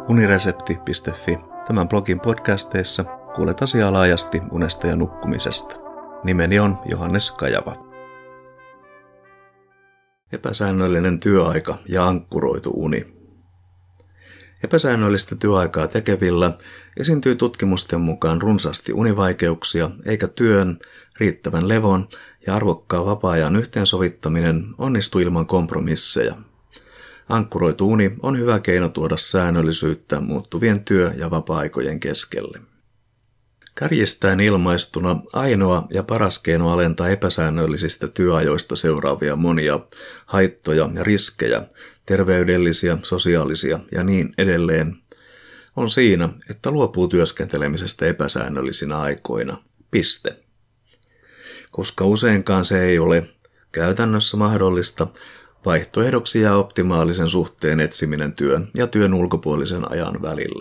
uniresepti.fi. Tämän blogin podcasteissa kuulet asiaa laajasti unesta ja nukkumisesta. Nimeni on Johannes Kajava. Epäsäännöllinen työaika ja ankkuroitu uni. Epäsäännöllistä työaikaa tekevillä esiintyy tutkimusten mukaan runsaasti univaikeuksia, eikä työn, riittävän levon ja arvokkaan vapaa-ajan yhteensovittaminen onnistu ilman kompromisseja. Ankkuroitu uni on hyvä keino tuoda säännöllisyyttä muuttuvien työ- ja vapaa-aikojen keskelle. Kärjistäen ilmaistuna ainoa ja paras keino alentaa epäsäännöllisistä työajoista seuraavia monia haittoja ja riskejä, terveydellisiä, sosiaalisia ja niin edelleen, on siinä, että luopuu työskentelemisestä epäsäännöllisinä aikoina. Piste. Koska useinkaan se ei ole käytännössä mahdollista, vaihtoehdoksi jää optimaalisen suhteen etsiminen työn ja työn ulkopuolisen ajan välille.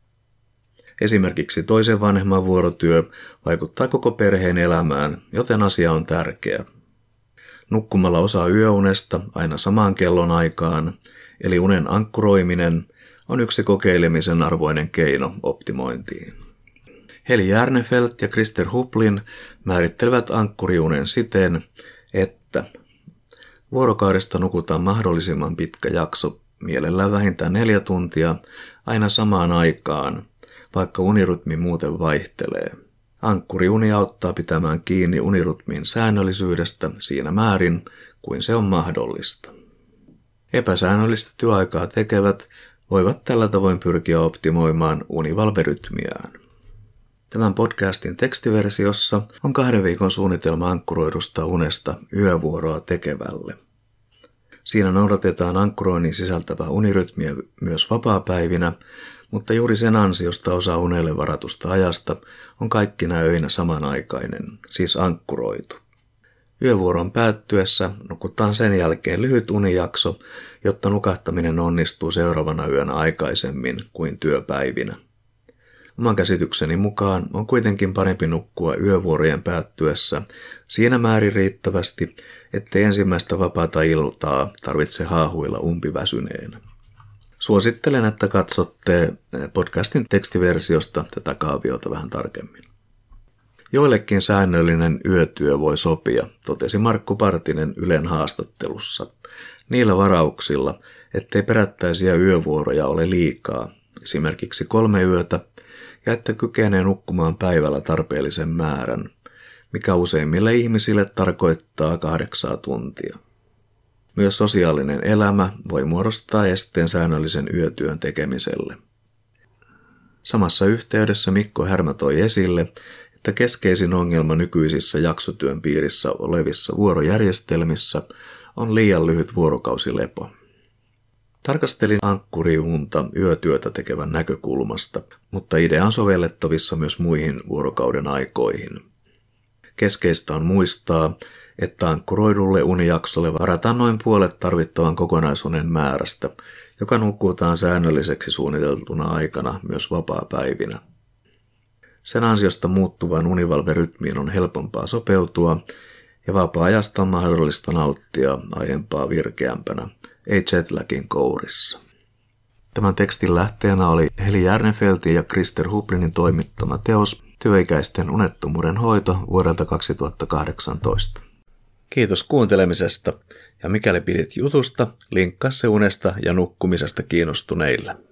Esimerkiksi toisen vanhemman vuorotyö vaikuttaa koko perheen elämään, joten asia on tärkeä. Nukkumalla osa yöunesta aina samaan kellon aikaan, eli unen ankkuroiminen, on yksi kokeilemisen arvoinen keino optimointiin. Heli Järnefelt ja Christer Huplin määrittelevät ankkuriunen siten, että vuorokaudesta nukutaan mahdollisimman pitkä jakso, mielellään vähintään 4 tuntia, aina samaan aikaan, vaikka unirytmi muuten vaihtelee. Ankkuriuni auttaa pitämään kiinni unirytmin säännöllisyydestä siinä määrin, kuin se on mahdollista. Epäsäännöllistä työaikaa tekevät voivat tällä tavoin pyrkiä optimoimaan univalverytmiään. Tämän podcastin tekstiversiossa on 2 viikon suunnitelma ankkuroidusta unesta yövuoroa tekevälle. Siinä noudatetaan ankkuroinnin sisältävää unirytmiä myös vapaapäivinä, mutta juuri sen ansiosta osa unelle varatusta ajasta on kaikkina öinä samanaikainen, siis ankkuroitu. Yövuoron päättyessä nukutaan sen jälkeen lyhyt unijakso, jotta nukahtaminen onnistuu seuraavana yönä aikaisemmin kuin työpäivinä. Oman käsitykseni mukaan on kuitenkin parempi nukkua yövuorojen päättyessä siinä määrin riittävästi, ettei ensimmäistä vapaata iltaa tarvitse haahuilla umpiväsyneenä. Suosittelen, että katsotte podcastin tekstiversiosta tätä kaaviota vähän tarkemmin. Joillekin säännöllinen yötyö voi sopia, totesi Markku Partinen Ylen haastattelussa, niillä varauksilla, ettei perättäisiä yövuoroja ole liikaa, esimerkiksi 3 yötä, ja että kykenee nukkumaan päivällä tarpeellisen määrän, mikä useimmille ihmisille tarkoittaa 8 tuntia. Myös sosiaalinen elämä voi muodostaa esteen säännöllisen yötyön tekemiselle. Samassa yhteydessä Mikko Härmä toi esille, että keskeisin ongelma nykyisissä jaksotyön piirissä olevissa vuorojärjestelmissä on liian lyhyt vuorokausilepo. Tarkastelin ankkuriunta yötyötä tekevän näkökulmasta, mutta idea on sovellettavissa myös muihin vuorokauden aikoihin. Keskeistä on muistaa, että ankkuroidulle unijaksolle varataan noin puolet tarvittavan kokonaisuuden määrästä, joka nukutaan säännölliseksi suunniteltuna aikana myös vapaapäivinä. Sen ansiosta muuttuvaan univalverytmiin on helpompaa sopeutua ja vapaa-ajasta on mahdollista nauttia aiempaa virkeämpänä, ei jetlagin kourissa. Tämän tekstin lähteenä oli Heli Järnefeltin ja Christer Huplinin toimittama teos Työikäisten unettomuuden hoito vuodelta 2018. Kiitos kuuntelemisesta, ja mikäli pidit jutusta, linkkaa se unesta ja nukkumisesta kiinnostuneille.